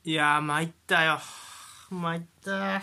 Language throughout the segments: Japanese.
いやー参ったよ。参った。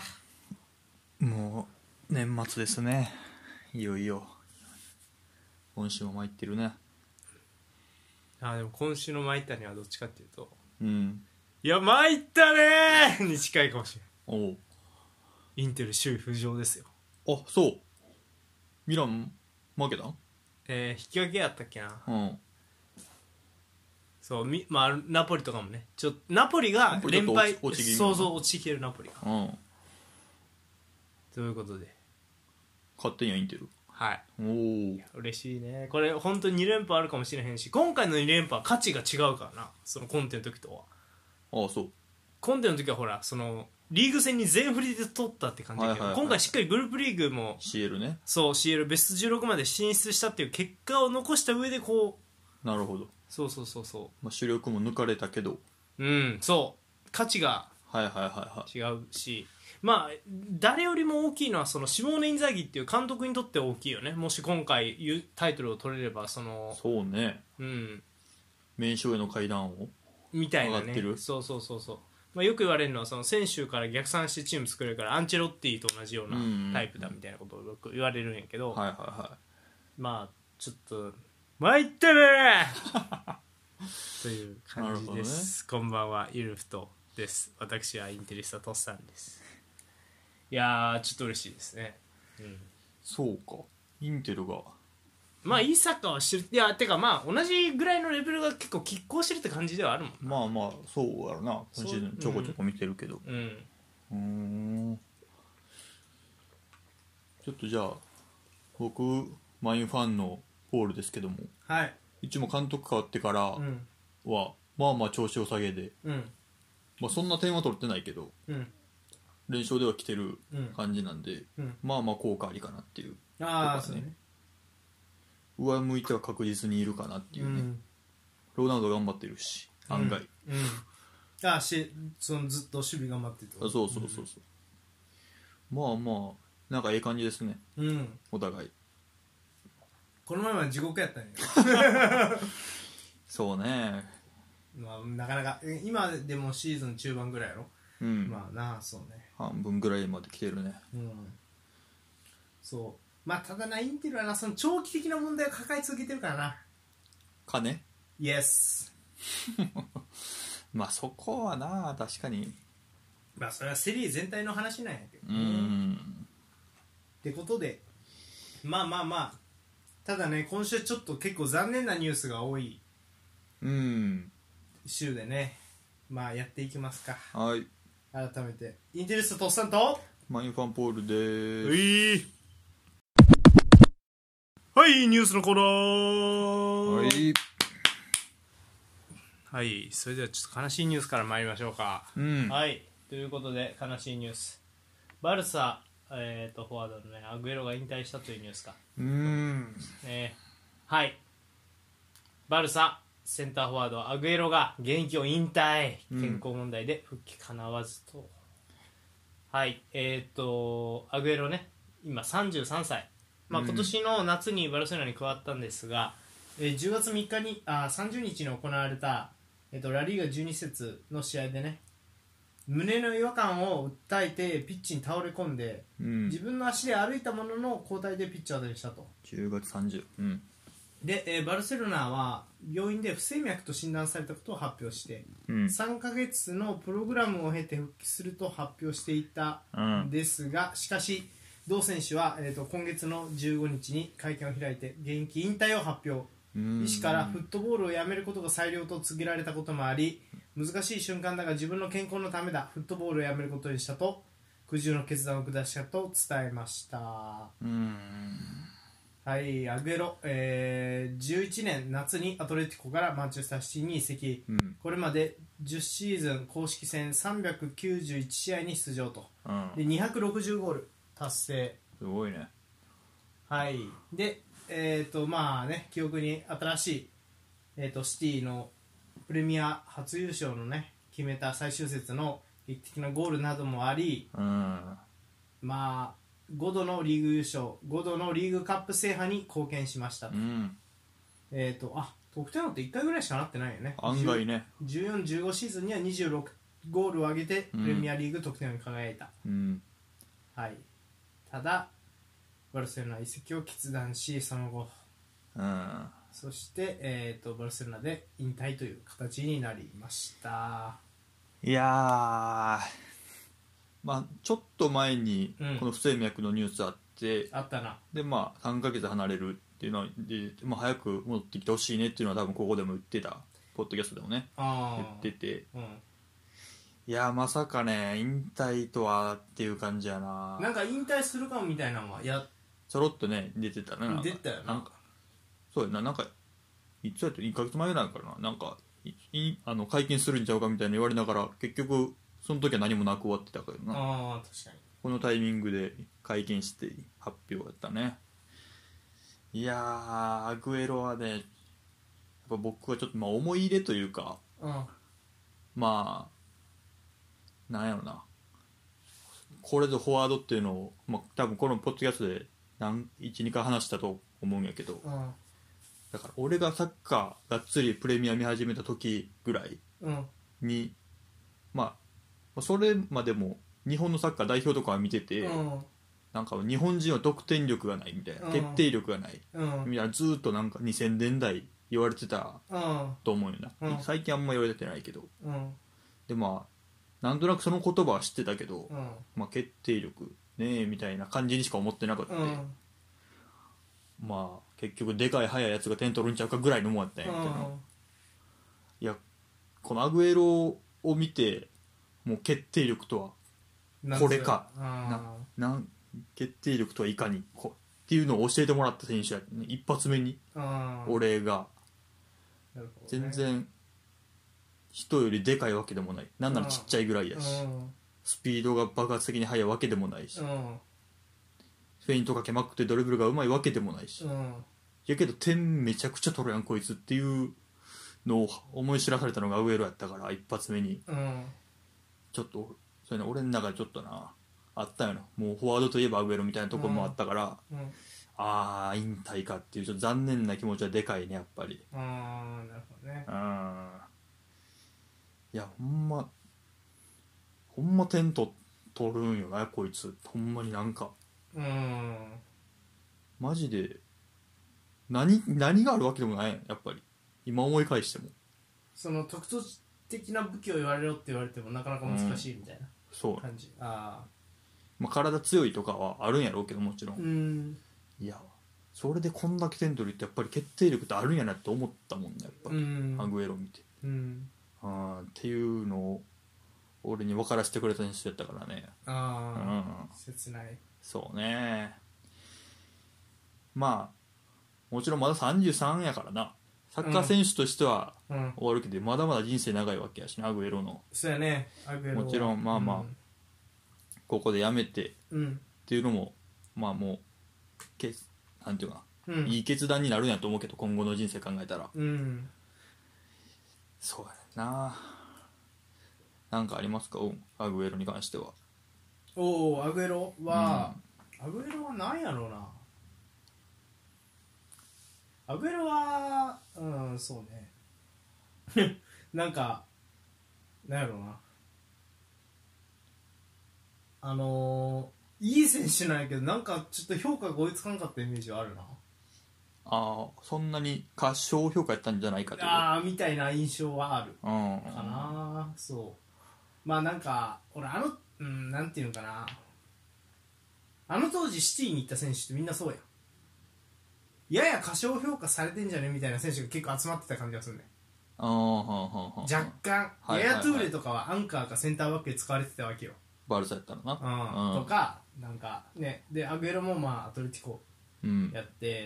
もう年末ですね。いよいよ今週も参ってるね。 でも今週の参ったにはどっちかっていうと、 うん。 いや参ったねーに近いかもしれない。 おう。 インテル首位浮上ですよ。 あ、そう。ミラン負けたん？ 引き分けやったっけな。 うん。 そうまあナポリとかもね、ナポリが連敗、 落ち気味そうそう落ちきるナポリが。 うん。 ということで、 勝手にはインテル。 はい。 おお。 嬉しいね。これ本当に2連覇あるかもしれへんし、今回の2連覇は価値が違うからな。そのコンテの時とは。 ああ、そう。 コンテの時はほらそのリーグ戦に全振りで取ったって感じだけど、今回しっかりグループリーグも CL ね。 そう CL ベスト16まで進出したっていう結果を残した上でこう。なるほど。 そうそうそうそまあ、主力も抜かれたけど。 そう価値が違うし、まあ誰よりも大きいのはそのシモーネ・インザーギっていう監督にとって大きいよね。もし今回タイトルを取れればそうね。名将への階段をみたいなね。 上がってる。 そうそうそうそう。まあ、よく言われるのはその選手から逆算してチーム作れるからアンチェロッティと同じようなタイプだみたいなことをよく言われるんやけど、まあちょっと参ってねという感じです、ね、こんばんは、ゆるふとです。私はインテリスタトッサンです。いやーちょっと嬉しいですね。 そうか、インテルがまあいいサッカーはしてる。いやてかまあ同じぐらいのレベルが結構拮抗してるって感じではあるもん。 まあまあそうやろな。今シーズンちょこちょこ見てるけど、ちょっとじゃあ僕マインファンのポールですけども、 はい、 一応監督変わってからは、まあまあ調子を下げで、まあ、そんな点は取ってないけど、連勝では来てる感じなんで、まあまあ効果ありかなっていう。 そうね。 上向いては確実にいるかなっていうね。ロナウド頑張ってるし、案外。 そのずっと守備頑張ってると。 そうそうそうそう。まあまあなんかええ感じですね。お互い。 この前は地獄やったんやそうね。 まあなかなか今でもシーズン中盤ぐらいやろ。まあなあ、そうね。 半分ぐらいまで来てるね。 そう。まあただな、インテルはな、その長期的な問題を抱え続けてるからな。 金？ イエス。 まあそこはな、確かに。 まあそれはセリエ全体の話なんやけどね。ってことで、まあまあまあ、ただね、今週ちょっと結構残念なニュースが多い週でね、まあやっていきますか。 はい。 改めてインテリストとっさんとマインファンポールでーす。 はい、ニュースのコーナー。はい、それではちょっと悲しいニュースから参りましょうか。はい、ということで悲しいニュース、バルサ、フォワードのねアグエロが引退したというニュースか。はい、バルサセンターフォワードアグエロが現役を引退、健康問題で復帰かなわずと。はい、アグエロね、今33歳、まあ、今年の夏にバルセロナに加わったんですが、10月3日に30日に行われた、ラリーガ12節の試合でね、胸の違和感を訴えてピッチに倒れ込んで、自分の足で歩いたものの交代でピッチを後にしたと。 10月30、 で、バルセロナは病院で不整脈と診断されたことを発表して、3ヶ月のプログラムを経て復帰すると発表していたんですが、しかし同選手は、今月の15日に会見を開いて現役引退を発表。医師からフットボールをやめることが最良と告げられたこともあり、難しい瞬間だが自分の健康のためだ、フットボールをやめることにしたと苦渋の決断を下したと伝えました。はい、アグエロ、11年夏にアトレティコからマンチェスターシティに移籍、これまで10シーズン公式戦391試合に出場と、で260ゴール達成。 すごいね。 はい、でまあね、記憶に新しい、シティのプレミア初優勝のね決めた最終節の劇的なゴールなどもあり、まあ5度のリーグ優勝、5度のリーグカップ制覇に貢献しましたと。得点王って1回ぐらいしかなってないよね。 案外ね。 14、15シーズンには26 ゴールを挙げてプレミアリーグ得点王に輝いた、はい、ただバルセロナ移籍を決断しその後、そして、バルセロナで引退という形になりました。 いやちょっと前にこの不整脈のニュースあって、 あったな。で 3ヶ月離れるっていうので、早く戻ってきてほしいねっていうのは多分ここでも言ってた、ポッドキャストでもね言ってて、いやまさかね引退とはっていう感じやな。 なんか引退するかもみたいなのはちょろっとね出てたな。 出たよな。 そうやな、なんかいつやって1ヶ月前なんかな、なんか会見するんちゃうかみたいな言われながら結局その時は何もなく終わってたからな。 確かにこのタイミングで会見して発表やったね。いやアグエロはねやっぱ僕はちょっと思い入れというか、なんやろな、これぞフォワードっていうのを、多分このポッドキャストで 1,2 回話したと思うんやけど、だから俺がサッカーがっつりプレミア見始めた時ぐらいに、それまでも日本のサッカー代表とかは見てて、なんか日本人は得点力がないみたいな、決定力がないみたいな、ずっとなんか2000年代言われてたと思うよな、最近あんま言われてないけど、でなんとなくその言葉は知ってたけど、決定力ねえみたいな感じにしか思ってなかった、結局でかい速いやつが点取るんちゃうかぐらいのもんやったんやけど、いやこのアグエロを見てもう決定力とはこれか決定力とはいかにっていうのを教えてもらった選手や、ね、一発目に俺が、全然人よりでかいわけでもない、なんならちっちゃいぐらいやし、スピードが爆発的に速いわけでもないし、フェイントかけまくってドリブルがうまいわけでもないし、やけど点めちゃくちゃ取るやんこいつっていうのを思い知らされたのがアグエロやったから、一発目に、ちょっとそれね、俺の中でちょっとなあったよな、もうフォワードといえばアグエロみたいなところもあったから、引退かっていうちょっと残念な気持ちはでかいねやっぱり。 なるほどね。 いやほんま点取るんよなこいつ、ほんまになんかマジで何があるわけでもないやっぱり、今思い返してもその特徴的な武器を言われろって言われてもなかなか難しいみたいな感じ、 体強いとかはあるんやろうけどもちろん、いやそれでこんだけ点取るってやっぱり決定力ってあるんやなって思ったもんねやっぱり、アグエロ見て、っていうのを俺に分からせてくれた人やったからね。切ない。そうね、もちろんまだ33やからな、サッカー選手としては終わるけど、まだまだ人生長いわけやしねアグエロの。 そうやね、アグエロもちろんここでやめてっていうのももうなんていうかな、いい決断になるんやと思うけど、今後の人生考えたら、そうやな。なんかありますか、アグエロに関しては。 アグエロは、アグエロは何やろうな。アグエロはそうねなんかなんやろうな、いい選手なんやけど、なんかちょっと評価が追いつかんかったイメージはあるな。 そんなに過小評価やったんじゃないかとみたいな印象はあるかな。そうなんか俺なんていうのかな、当時シティに行った選手ってみんなそうやや過小評価されてんじゃねみたいな選手が結構集まってた感じがするね。若干、ヤヤトゥーレとかはアンカーかセンターバックで使われてたわけよ、 バルサやったのな、 とかなんかね、でアグエロもアトレティコやって、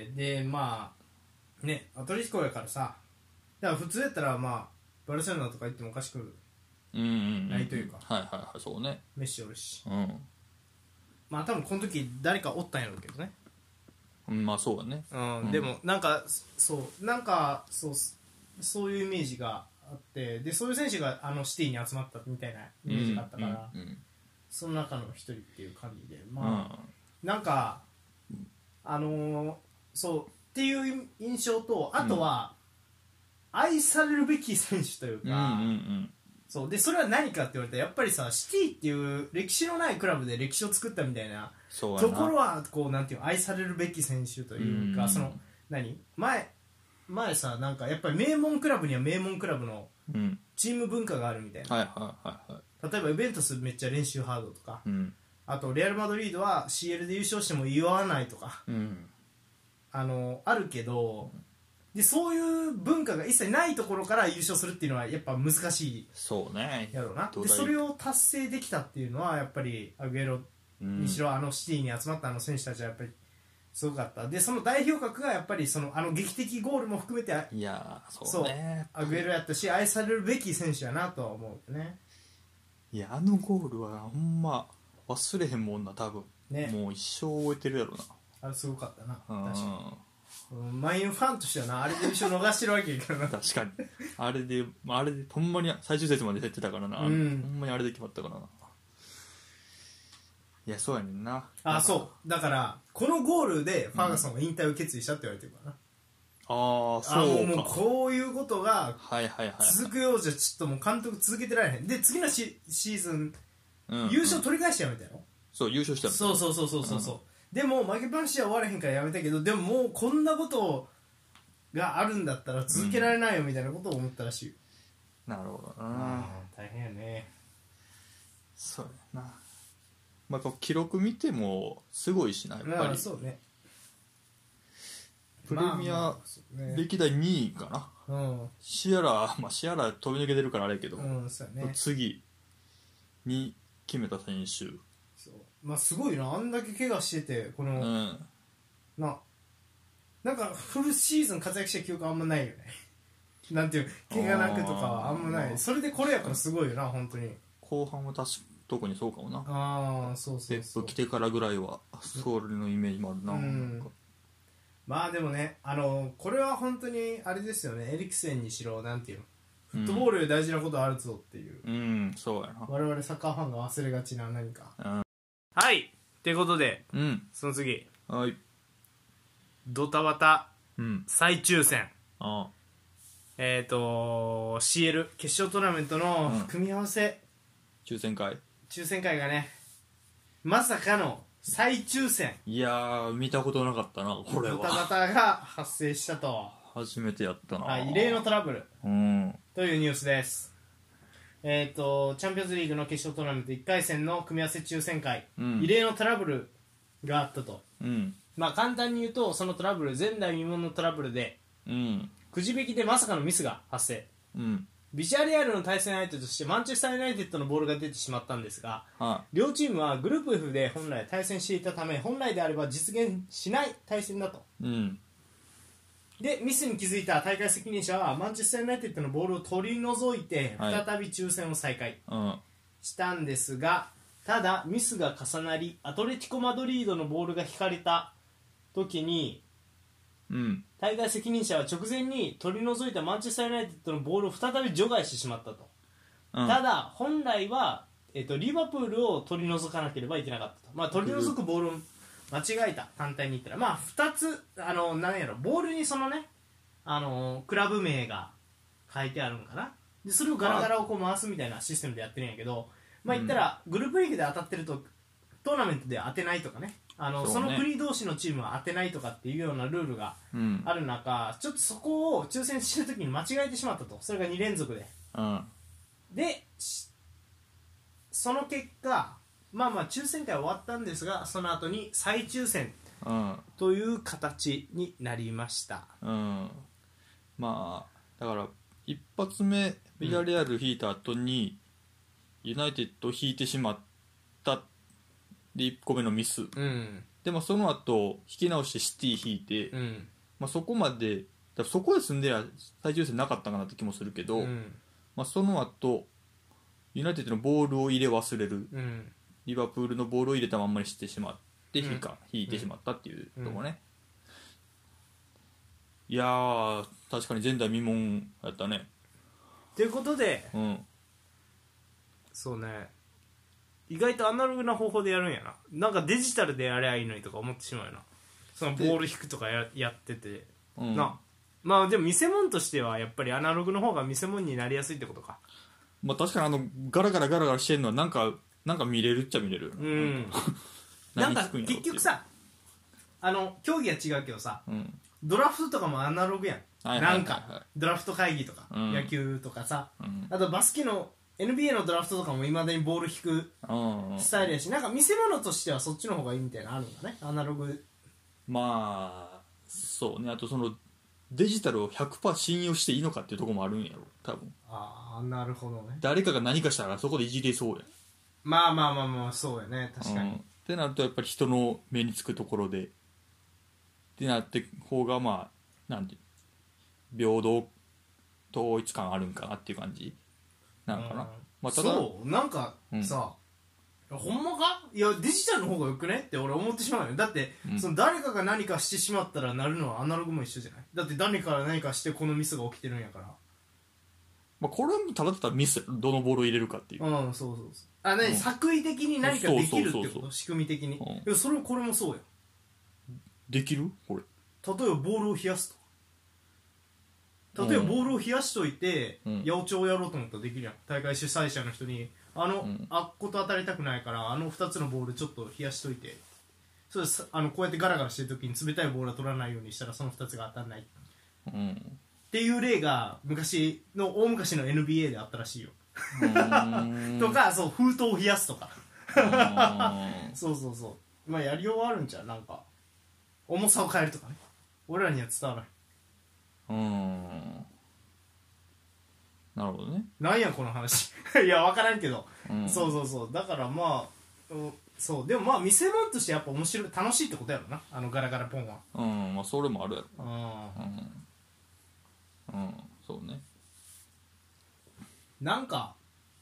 でねアトレティコやからさ、だから普通やったらバルセロナとか行ってもおかしくないというか、 そうね、 メッシおるし、多分この時誰かおったんやろうけどね、 そうだね、 でもそういうイメージがあって、でそういう選手がシティに集まったみたいなイメージがあったから、その中の一人っていう感じで、なんかそうっていう印象と、あとは愛されるべき選手というか、 そうでそれは何かって言われたらやっぱりさシティっていう歴史のないクラブで歴史を作ったみたいなところはこうなんていう愛されるべき選手というか、その前さなんかやっぱり名門クラブには名門クラブのチーム文化があるみたいな、例えばユベントスめっちゃ練習ハードとか、あとレアル・マドリードは CL で優勝しても言わないとか、あるけどでそういう文化が一切ないところから優勝するっていうのはやっぱ難しいやろうな。でそれを達成できたっていうのはやっぱりアグエロにしろシティに集まった選手たちはやっぱりすごかった。でその代表格がやっぱり劇的ゴールも含めていやそうね、 アグエロやったし愛されるべき選手やなとは思うよね。 いやゴールはほんま忘れへんもんな多分、ね、もう一生覚えてるやろな。 あれすごかったな。確かにマインファンとしてはなあれで優勝逃してるわけやからな確かにあれでほんまに最終節まで出てたからな、ほんまにあれで決まったからな。いやそうやねんな。 そうだからこのゴールでファーガソンが引退を決意したって言われてるからな。 そうか。 もうこういうことが続くようじゃちょっともう監督続けてられへん。で次のシーズン、優勝取り返してやめたよ。 そう優勝したの。 そうでも負け話は終われへんからやめたけど、でももうこんなことがあるんだったら続けられないよみたいなことを思ったらしいよ。 なるほどな。 大変やね。 そうやな。記録見てもすごいしなやっぱり。 そうね。 プレミア歴代2位かな、シアラ飛び抜けてるからあれやけど、 そうやね、 次に決めた選手。 すごいな、あんだけ怪我しててこの、なんかフルシーズン活躍した記憶あんまないよねなんていう怪我なくとかはあんまない。それでこれやからすごいよな本当に。 後半は特にそうかもな。 そうペップ来てからぐらいはそれのイメージもあるな。 でもねこれは本当にあれですよね。エリクセンにしろなんていうの、フットボールより大事なことあるぞっていう、 そうやな。 我々サッカーファンが忘れがちな何か、はいっていうことで、その次、ドタバタ、再抽選、CL 決勝トーナメントの組み合わせ、 抽選会がねまさかの再抽選。 いやー見たことなかったなこれは。 ドタバタが発生したと。 初めてやったな。 異例のトラブル、というニュースです。チャンピオンズリーグの決勝トーナメント1回戦の組み合わせ抽選会、異例のトラブルがあったと、簡単に言うとそのトラブル前代未聞のトラブルで、くじ引きでまさかのミスが発生、ビジャレアルの対戦相手としてマンチェスターユナイテッドのボールが出てしまったんですが、両チームはグループ F で本来対戦していたため本来であれば実現しない対戦だと、でミスに気づいた大会責任者はマンチェスターユナイテッドのボールを取り除いて再び抽選を再開したんですが、ただミスが重なりアトレティコ・マドリードのボールが引かれた時に、大会責任者は直前に取り除いたマンチェスターユナイテッドのボールを再び除外してしまったと、ただ本来は、リバプールを取り除かなければいけなかったと、取り除くボールを間違えた、単体に言ったら2つ何やろ、ボールにそのねクラブ名が書いてあるんかな。でそれをガラガラをこう回すみたいなシステムでやってるんやけど、言ったらグループリーグで当たってるとトーナメントで当てないとかね、その国同士のチームは当てないとかっていうようなルールがある中、ちょっとそこを抽選してる時に間違えてしまったと。それが2連続で、でその結果抽選会終わったんですが、その後に再抽選という形になりました。 だから一発目ビジャレアル引いた後に、ユナイテッド引いてしまったで1個目のミス、でその後引き直してシティ引いて、そこまでそこで済んでは再抽選なかったかなって気もするけど、その後ユナイテッドのボールを入れ忘れる、リバプールのボールを入れたまんまにしてしまって引いてしまったっていうところね、いやー確かに前代未聞やったね。 ということで、そうね、意外とアナログな方法でやるんやな。なんかデジタルでやればいいのにとか思ってしまうよな。そのボール引くとか やってて、でも見せ物としてはやっぱりアナログの方が見せ物になりやすいってことか。 まあ確かにガラガラガラガラしてるのはなんか見れるっちゃ見れる、 なんか結局さ競技は違うけどさ、ドラフトとかもアナログやん、なんかドラフト会議とか、野球とかさ、あとバスケの NBA のドラフトとかもいまだにボール引くスタイルやし、なんか見せ物としてはそっちの方がいいみたいなのあるんだね、アナログ。 まあそうね。あとデジタルを 100% 信用していいのかっていうところもあるんやろ多分。 ああ、なるほどね。 誰かが何かしたらそこでいじれそうや。 まあまあまあまあ、そうやね、確かに。 ってなるとやっぱり人の目につくところでってなって方がまあなんて平等統一感あるんかなっていう感じなのかな、まあ、ただそうなんかさ、ほんまか、いやデジタルの方がよくねって俺思ってしまうよ。だって、その誰かが何かしてしまったらなるのはアナログも一緒じゃない。だって誰かが何かしてこのミスが起きてるんやから。 まあ、これはただただミス、どのボールを入れるかっていう。 そうそうそう。作為的に何かできるってこと、仕組み的に。いやそれこれもそうや。 できるこれ。 例えばボールを冷やすと。例えばボールを冷やしといて、八百長をやろうと思ったらできるやん。大会主催者の人にあっこと当たりたくないから2つのボールちょっと冷やしといて。そうです。こうやってガラガラしてる時に冷たいボールは取らないようにしたらその2つが当たらない。っていう例が大昔の NBA であったらしいよ。とか、そう封筒を冷やすとか。そうそうそう。まあやりようはあるんちゃう。なんか重さを変えるとかね。俺らには伝わらない。 なるほどね。 なんやこの話。いや分からんけど、そうそうそう。だからまあ、そうでもまあ見せ物としてやっぱ面白い楽しいってことやろな、ガラガラポンは。 まあそれもあるやろ。そうね。 なんか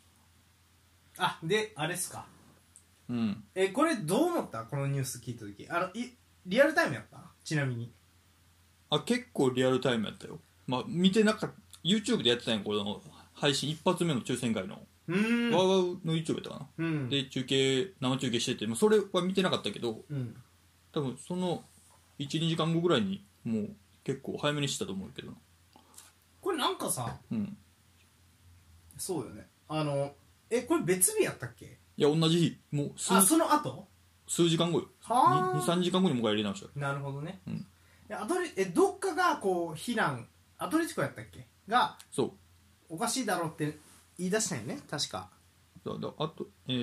であれっすか。これどう思った？このニュース聞いた時リアルタイムやった？ちなみに結構リアルタイムやったよ。まあ見てなかった。 YouTube でやってたんや。この配信一発目の抽選会のワウワウの YouTube やったかな、で生中継してて、それは見てなかったけど、多分その 1,2 時間後ぐらいにもう結構早めにしたと思うけどな。 これなんかさ、そうよね。これ別日やったっけ？ いや同じ日。もうその後数時間後よ。 2,3 時間後にもう一回やり直した。 なるほどね。どっかがこう非難、アトレティコやったっけがそうおかしいだろうって言い出したんよね確か。 だからア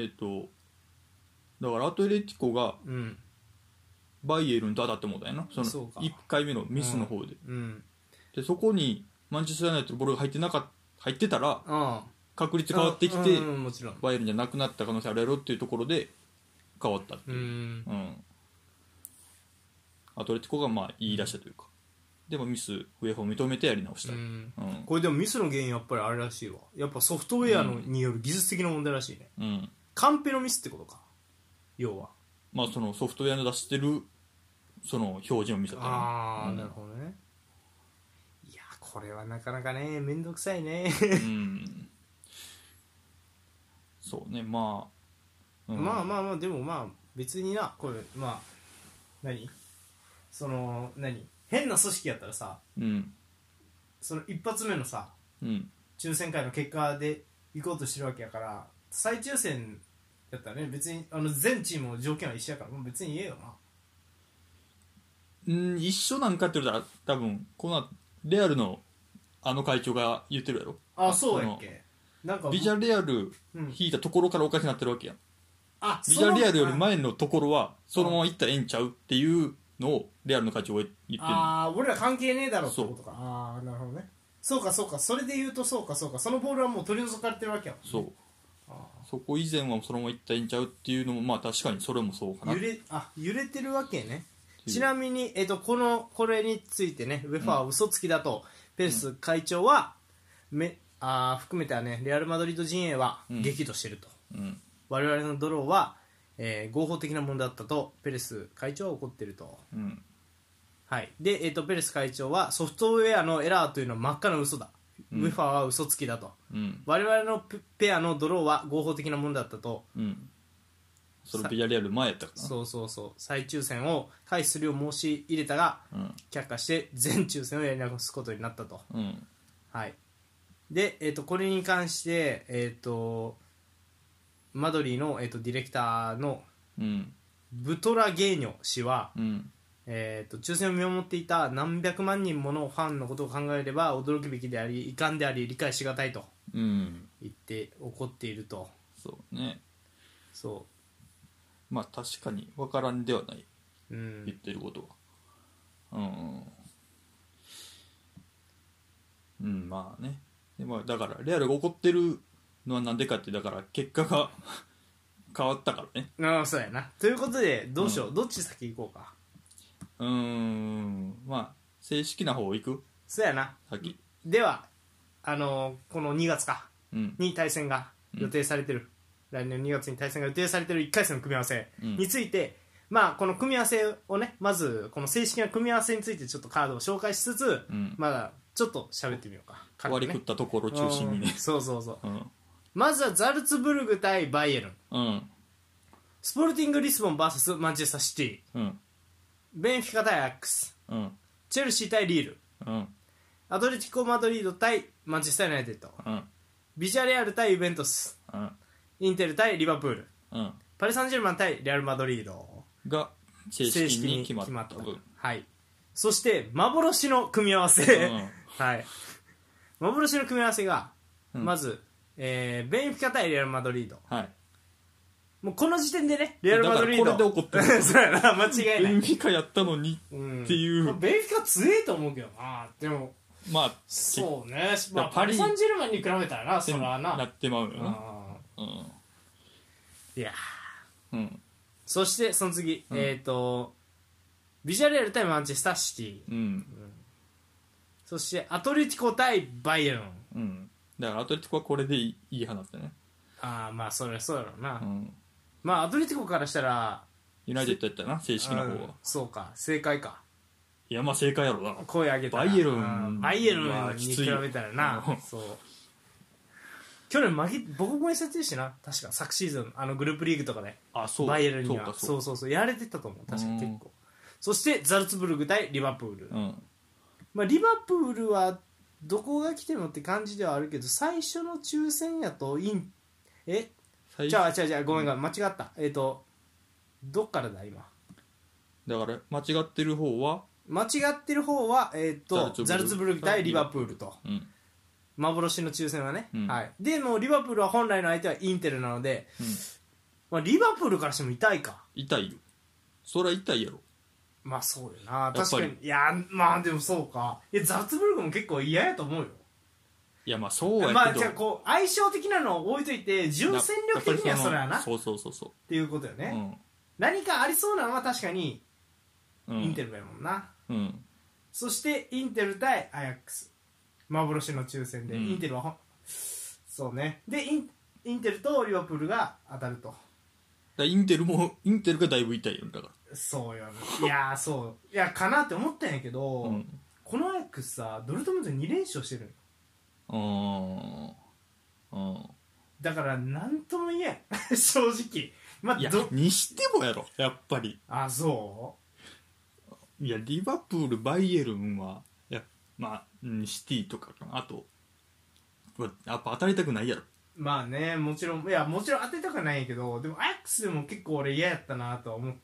トレティコがバイエルンと当たってもうたんやな。その1回目のミスの方で、でそこにマンチェスターユナイテッドのボールが入ってたら確率変わってきて、バイエルンじゃなくなった可能性あるやろっていうところで変わったっていう、アトレティコがまあ言い出したというか、でもミスウェファを認めてやり直した。 これでもミスの原因やっぱりあれらしいわ。やっぱソフトウェアによる技術的な問題らしいね。カンペのミスってことか、要は。 まあそのソフトウェアの出してるその表示を見せた。 なるほどね。いやこれはなかなかねめんどくさいね。 そうね。まあでもまあ別にな、これまあ変な組織やったらさ、その一発目のさ、抽選会の結果で行こうとしてるわけやから、再抽選やったらね別に全チームの条件は一緒やからもう別に言えよな。 一緒なんかって言ったら多分このレアルの会長が言ってるやろ。 そうやっけ。なんかビジャレアル引いたところからおかしくなってるわけやん。ビジャレアルより前のところはそのまま行ったらええんちゃうっていうのをレアルの会長が言ってる。 俺ら関係ねえだろってことか。なるほどね。そうかそれで言うとそうかそのボールはもう取り除かれてるわけやもんね。 そうそこ以前はそのまま行ったらええんちゃうっていうのもまあ確かにそれもそうかな。 揺れてるわけね。ちなみに、これについてね、ウェファーは嘘つきだと、ペレス会長は、含めてはね、レアル・マドリード陣営は激怒してると。我々のドローは、合法的なものだったと、ペレス会長は怒ってると。はい。で、ペレス会長は、ソフトウェアのエラーというのは真っ赤な嘘だ。ウェファーは嘘つきだと。我々のペアのドローは合法的なものだったと。 それビジャレアル前やったかな。 そう再抽選を回避するよう申し入れたが、却下して全抽選をやり直すことになったと。はい。 で、これに関して、マドリーの、ディレクターのブトラゲーニョ氏は、抽選を見守っていた何百万人ものファンのことを考えれば驚くべきであり遺憾であり理解しがたいと言って怒っていると。 そうね。 そまあ確かに分からんではない、 言ってることは。まあね。で、まあ、だからレアルが怒ってるのはなんでかって、だから結果が変わったからね。 そうやな。ということでどうしよう、どっち先行こうか。 まあ正式な方行く。 そうやな。 先ではこの2月か、に対戦が予定されてる、来年2月に対戦が予定されてる1回戦の組み合わせについて、まあこの組み合わせをね、まずこの正式な組み合わせについてちょっとカードを紹介しつつ、まだちょっと喋ってみようか。 割り食ったところ中心にね。 そうそうそう、まずはザルツブルグ対バイエルン、スポルティングリスボン VS マンチェスターシティ、ベンフィカ対アヤックス、チェルシー対リール、アトレティコマドリード対マンチェスターユナイテッド、ビジャレアル対ユベントス、インテル対リバプール、パリ・サンジェルマン対レアル・マドリードが正式に決まった。 はい。そして幻の組み合わせ、はい、幻の組み合わせが、まず、ベンフィカ対レアル・マドリード、もうこの時点でね、レアル・マドリードだからこれで怒ってるそうやな、間違いない。 ベンフィカやったのにっていう、 ベンフィカ強えと思うけどな。でもまあそうね、まあ、パリ・サンジェルマンに比べたらな、そらなってまうよな。 いやそしてその次、ビジャレアル対マンチェスターシティ、そしてアトレティコ対バイエルン、 だからアトレティコはこれでいい派だったね。 まあそれそうやろうな、まあアトレティコからしたらユナイテッドやったな、正式な方は。 そうか、正解か。 いやまあ正解やろな。 声上げたらバイエルンに比べたらな、そう去年ボコボコにされてるしな、確か昨シーズングループリーグとかで、バイエルンにはそうやられてたと思う、確か結構。そしてザルツブルグ対リバプール、まあ、リバプールはどこが来てもって感じではあるけど、最初の抽選やとじゃあごめんが間違った、どっからだ今。 だから間違ってる方はザルツブルグ対リバプールと、幻の抽選はね、はい。でもリバプールは本来の相手はインテルなので、まあ、リバプールからしても痛いか。 痛いよ、そりゃ痛いやろ。 まあそうよな、確かに。いやまあでもそうか、ザルツブルグも結構嫌やと思うよ。 いやまあそうやけど、 まあじゃあこう相性的なのを置いといて、純戦力的にはそれはな、 そうっていうことよね、何かありそうなのは確かにインテルやもんな、そしてインテル対アヤックス、幻の抽選で、インテルはそうね、でインテルとリバプールが当たると。 インテルがだいぶ痛いよ、だから。 そうよ、いやかなって思ったんやけど、このアヤックスさ、ドルトムント2連勝してるのよ。だからなんとも言えん正直。まあ、 にしてもやろ、やっぱり。 そういや、リバプールバイエルンはまあシティとかかな、あとやっぱ当たりたくないやろ。 まあね、もちろん当てたくないけど、でもアヤックスでも結構俺嫌やったなとは思って、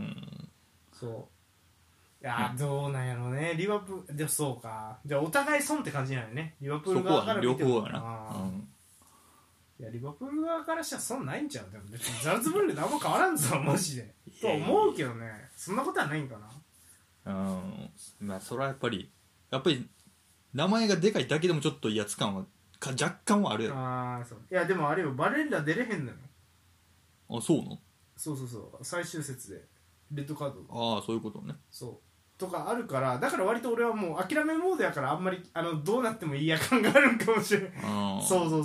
そういや、どうなんやろうね、リバプールでもそうか、じゃあお互い損って感じなのね、リバプール側から見ても。 そこは両方はな、 いやリバプール側からしたら損ないんちゃう。でも別にザルツブルグ何も変わらんぞマジでと思うけどね、そんなことはないんかな。 まあそれはやっぱり名前がでかいだけでもちょっと威圧感は若干はあるやろ。 そういやでもあれよ、バレンダ出れへんのよ。 そうなの？ そう最終節でレッドカードそういうことね。 そうとかあるから、だから割と俺はもう諦めモードやから、あんまりどうなってもいいや感があるんかもしれないそうまあ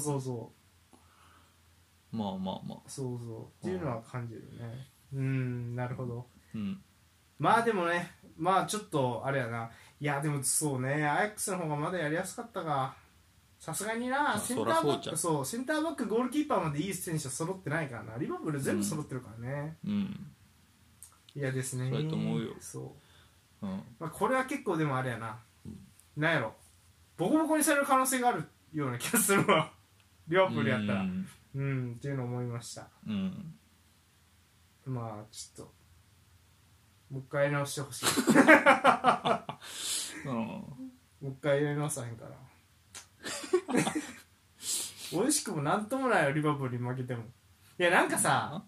そうっていうのは感じるよね。なるほど。まあでもね、まあちょっとあれやな。いやでもそうね、アヤックスの方がまだやりやすかったか、さすがにな。センターバックゴールキーパーまでいい選手は揃ってないからな。リバプール全部揃ってるからね。嫌ですね。 そうやと思うよ。 まあ、これは結構でもあれやな、なんやろ、ボコボコにされる可能性があるような気がするわリバプールやったらっていうのを思いました。まあちょっともう一回やり直してほしいもう一回やり直さへんから美味しくもなんともないよリバプールに負けても。いやなんかさ、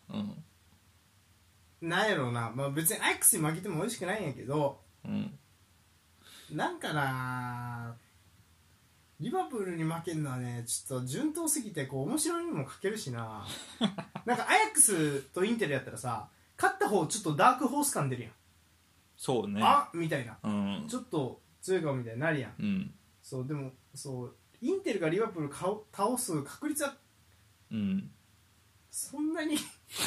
なんやろうな、まあ、別にアイャックスに負けても美味しくないんやけど、なんかなリバプールに負けるのはねちょっと順当すぎてこう面白いにも欠けるしななんかアヤックスとインテルやったらさ勝った方ちょっとダークホース感出るやん。 そうね、 あみたいな、ちょっと強いかもみたいになるやん、そうでもそうインテルがリバプール倒す確率は、そんなにい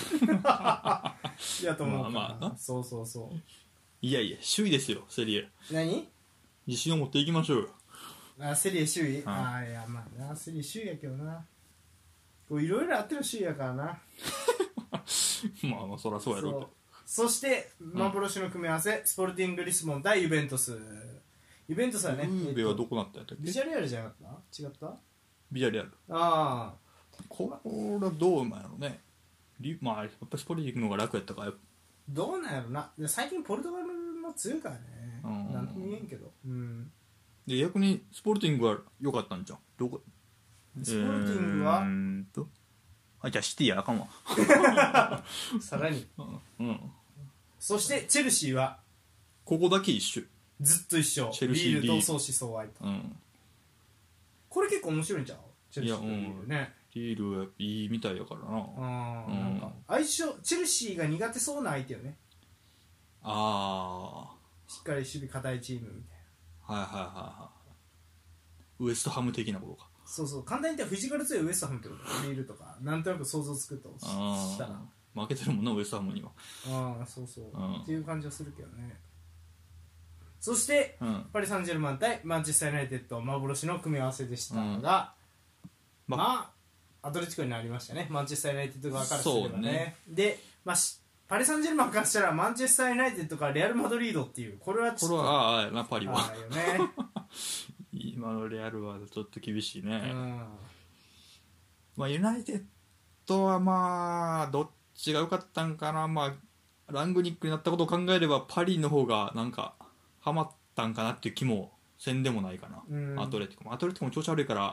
やと思うから、まあ、そういやいや首位ですよセリエ。 何自信を持っていきましょうよ。 セリエ首位、いやまあなセリエ首位やけどな、いろいろあっての首位やからなまあそりゃそうやろうけど。 そして幻の組み合わせ、スポルティングリスボン対ユベントス。ユベントスはね、 ウーベはどこなったんやったっけ。 ビジャレアルじゃなかった？違った？ ビジャレアル。 ああこれはどうなんやろね。まあやっぱスポルティングの方が楽やったから。 どうなんやろな。最近ポルトガルも強いからね、なんとも言えんけど、 で逆にスポルティングは良かったんじゃん。どこスポルティングはじゃあシティやあかんわさらに、そしてチェルシーはここだけ一緒、 ずっと一緒。 チェルシーリールと相思相愛と、これ結構面白いんちゃう？チェルシーとリールね。 リールはいいみたいやからな。 なんか相性、チェルシーが苦手そうな相手よね。しっかり守備堅いチームみたいな。ウエストハム的なことか。 そう簡単に言ったらフィジカル強いウエストハムってことリールとかなんとなく想像つくとしたら負けてるもんなウエストハムには。 っていう感じはするけどね。そして、パリ・サンジェルマン対マンチェスター・ユナイテッド幻の組み合わせでしたが、アトレティコになりましたね、マンチェスター・ユナイテッド側からすれば ね。で、パリ・サンジェルマンからしたらマンチェスター・ユナイテッドからレアル・マドリードっていう、これはちょっとパリはよね今のレアルはちょっと厳しいね。ユナイテッドはどっちが良かったんかな。ラングニックになったことを考えればパリの方がなんかハマったんかなっていう気もせんでもないかな。アトレティコも調子悪いから、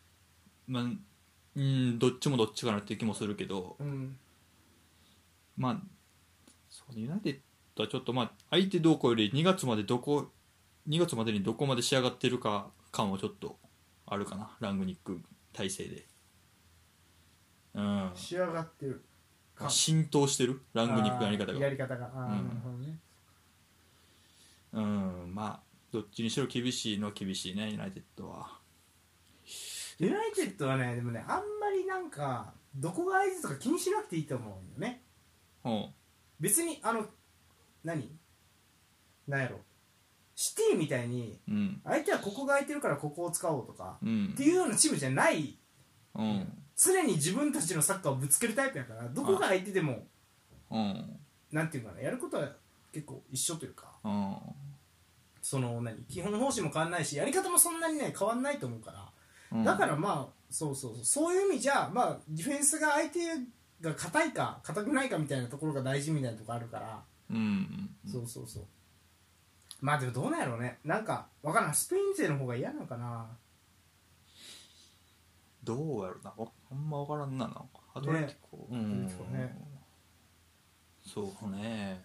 どっちもどっちかなっていう気もするけど、そうユナイテッドはちょっと相手どうこうより2月までにどこまで仕上がってるか感はちょっとあるかな、ラングニック体制で。 仕上がってる浸透してるラングニックのやり方が。 なるほどね。 どっちにしろ厳しいのは厳しいね、ユナイテッドは。 ユナイテッドはね、でもね、あんまりなんかどこが相手とか気にしなくていいと思うんよね。別になんやろ、シティみたいに相手はここが空いてるからここを使おうとか、っていうようなチームじゃない、常に自分たちのサッカーをぶつけるタイプやから、どこが相手でもなんていうかな、やることは結構一緒というか、基本方針も変わんないし、やり方もそんなにね変わんないと思うから、だからそういう意味じゃディフェンスが相手が硬いか硬くないかみたいなところが大事みたいなところあるから、でもどうなんやろうね。なんか分からん、スペイン勢の方が嫌なのかな。 どうやろな、あんま分からんな。アトレティコね。そうね。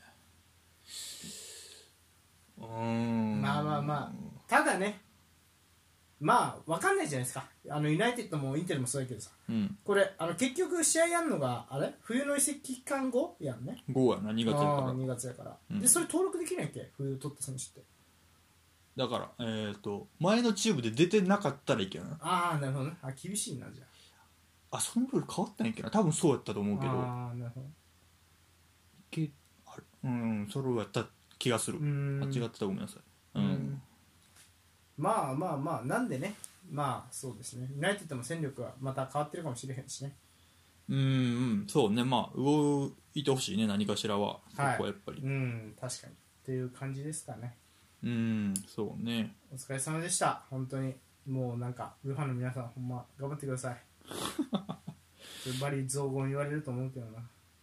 ただね、分かんないじゃないですか。ユナイテッドもインテルもそうやけどさ、これ結局試合やんのが冬の移籍期間後やんね。 5やな、2月やから。 2月やから、でそれ登録できないっけ、冬取った選手って。 だから前のチームで出てなかったらいけない。 なるほどね。厳しいな。じゃあそのルール変わったんやっけな。多分そうやったと思うけど、 なるほどそれやった気がする。間違ってたらごめんなさい。 なんでね、そうですね、ユナイテッドの戦力はまた変わってるかもしれへんしね。 そうね。動いてほしいね、何かしらは。そこはやっぱり。 確かにっていう感じですかね。 そうね。 お疲れ様でした、本当に。 もうなんかウーファンの皆さんほんま頑張ってくださいバリ雑言言われると思うけどな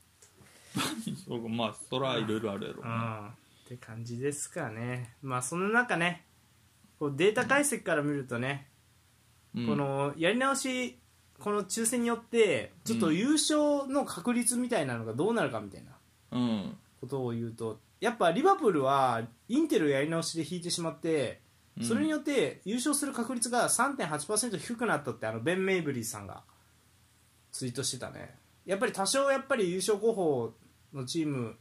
まあそらいろいろあるやろうなって感じですかね。まあその中ねこうデータ解析から見るとね、このやり直しこの抽選によってちょっと優勝の確率みたいなのがどうなるかみたいなことを言うと、やっぱリバプールはインテルやり直しで引いてしまって、それによって優勝する確率が 3.8% 低くなったってベン・メイブリーさんがツイートしてたね。やっぱり多少やっぱり優勝候補のチーム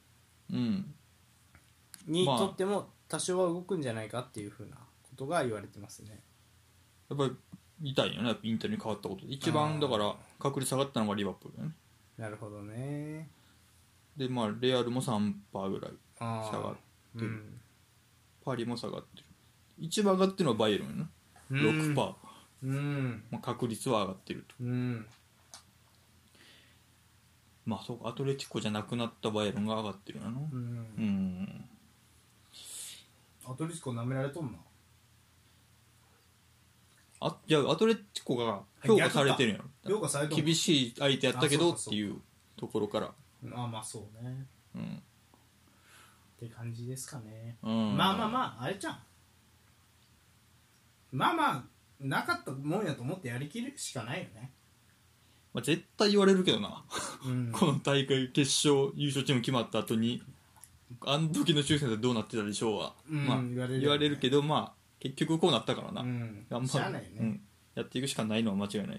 にとっても多少は動くんじゃないかっていうふうなことが言われてますね。 やっぱり痛いよね、インテルに変わったことで一番だから確率下がったのがリバプールだよね。 なるほどね。 でまあレアルも 3% ぐらい下がってる、パリも下がってる。一番上がってるのはバイエルンよね、6%、まあ、確率は上がってると、まあそうか、アトレティコじゃなくなったバイエルンが上がってるなの。 アトレティコ舐められとんな。 じゃあアトレティコが評価されてるんやろ。 評価されてる。 厳しい相手やったけどっていうところから。 まあそうね。って感じですかね。まああれじゃん。まあなかったもんやと思ってやりきるしかないよね。 まあ、絶対言われるけどな、この大会決勝優勝チーム決まった後にあの時の抽選でどうなってたでしょうは、まあ、言われるけど、まあ結局こうなったからな、頑張る、やっていくしかないのは間違いない。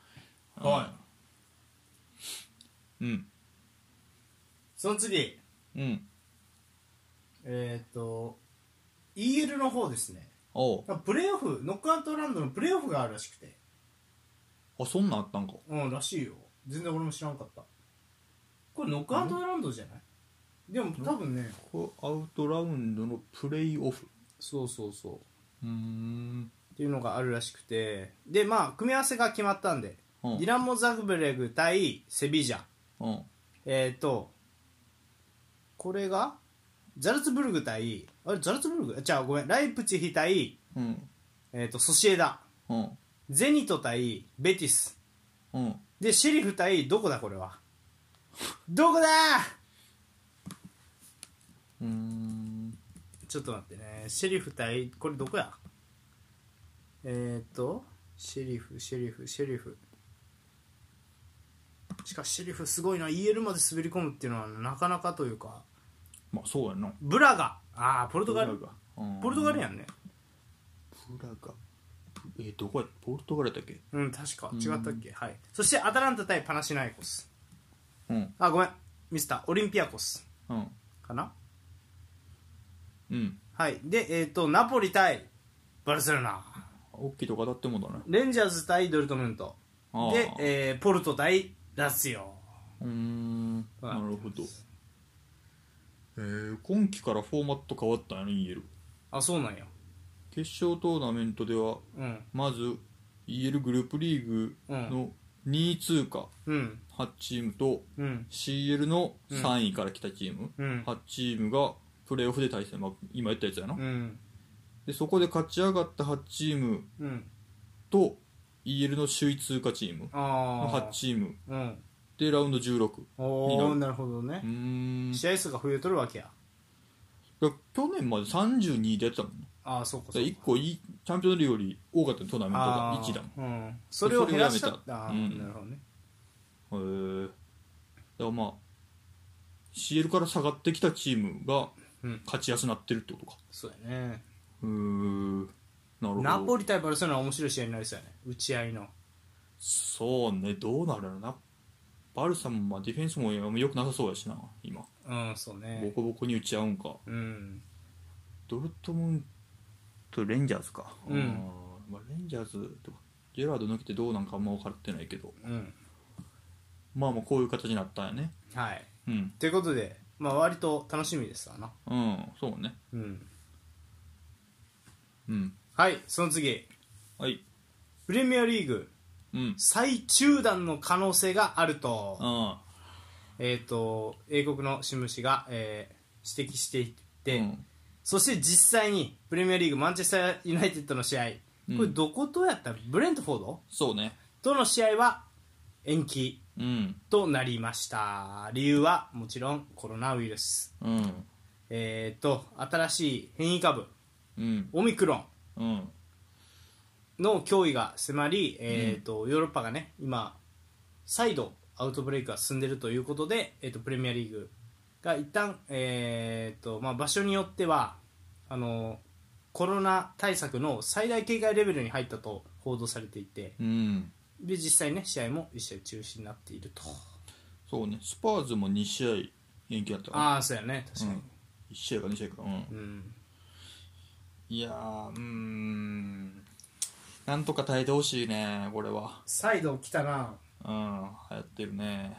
その次、EL の方ですね。プレーオフ、ノックアウトラウンドのプレーオフがあるらしくて。 そんなんあったんか。 らしいよ。全然俺も知らんかった。これノックアウトラウンドじゃない？でも多分ね、 アウトラウンドのプレイオフ。 そうっていうのがあるらしくて、でまあ組み合わせが決まったんで、ディナモ・ザグブレグ対セビジャ、これがザルツブルグ対ライプチヒ対、ソシエダ、ゼニト対ベティス、でシェリフ対どこだこれはどこだちょっと待ってね。シェリフ対これどこや。シェリフしかしシェリフすごいな。 EL まで滑り込むっていうのはなかなかというか。 まあそうやな。 ブラガ、ポルトガルやんね。 ブラガ、どこや、ポルトガルだっけ。 確か違ったっけ。はい。そしてアタランタ対パナシナイコス、ごめんミスターオリンピアコス、かな。はい。でナポリ対バルセロナ、 大きいとこ当たってもだね。 レンジャーズ対ドルトムントで、ポルト対ラツィオ。 なるほど。今期からフォーマット変わったんやね、EL。 そうなんや。 決勝トーナメントでは、まず EL グループリーグの2位通過、8チームと、CL の3位から来たチーム、8チームがプレーオフで対戦、今言ったやつやな、でそこで勝ち上がった8チームと、EL の首位通過チームの8チーム、でラウンド16。 なるほどね。試合数が増えとるわけや。 去年まで32でやってたもんね。 そうか。 1個チャンピオンリーグより多かったトーナメントが1だもん。 それを減らした。なるほどね。 だからまあ CL から下がってきたチームが勝ちやすくなってるってことか。 そうやね。 なるほど。 ナポリ対バルセロナは面白い試合になりそうやね。打ち合いの。 そうね、どうなるのな。バルサもディフェンスも良くなさそうやしな今。 そうね。 ボコボコに打ち合うんか。ドルトムントレンジャーズか。レンジャーズとかジェラード抜けてどうなんかあんま分かってないけど、まあこういう形になったんやね。 はい。ということで、割と楽しみですわな。 そうね。 はい、その次。 はい。 プレミアリーグ、再中断の可能性があると、英国の新聞紙が、指摘していて、そして実際にプレミアリーグマンチェスターユナイテッドの試合、 これどことやったらブレントフォードそうねとの試合は延期うんとなりました。理由はもちろんコロナウイルス、 うん新しい変異株、 うんオミクロンうんの脅威が迫り、ヨーロッパがね今再度アウトブレイクが進んでいるということで、プレミアリーグが一旦、場所によってはコロナ対策の最大警戒レベルに入ったと報道されていて、 うんで実際ね試合も1試合中止になっていると。 そうねスパーズも2試合延期だったかなああそうやね確かに、 1試合か2試合かうんいやなんとか耐えてほしいねこれは再度来たな。 流行ってるね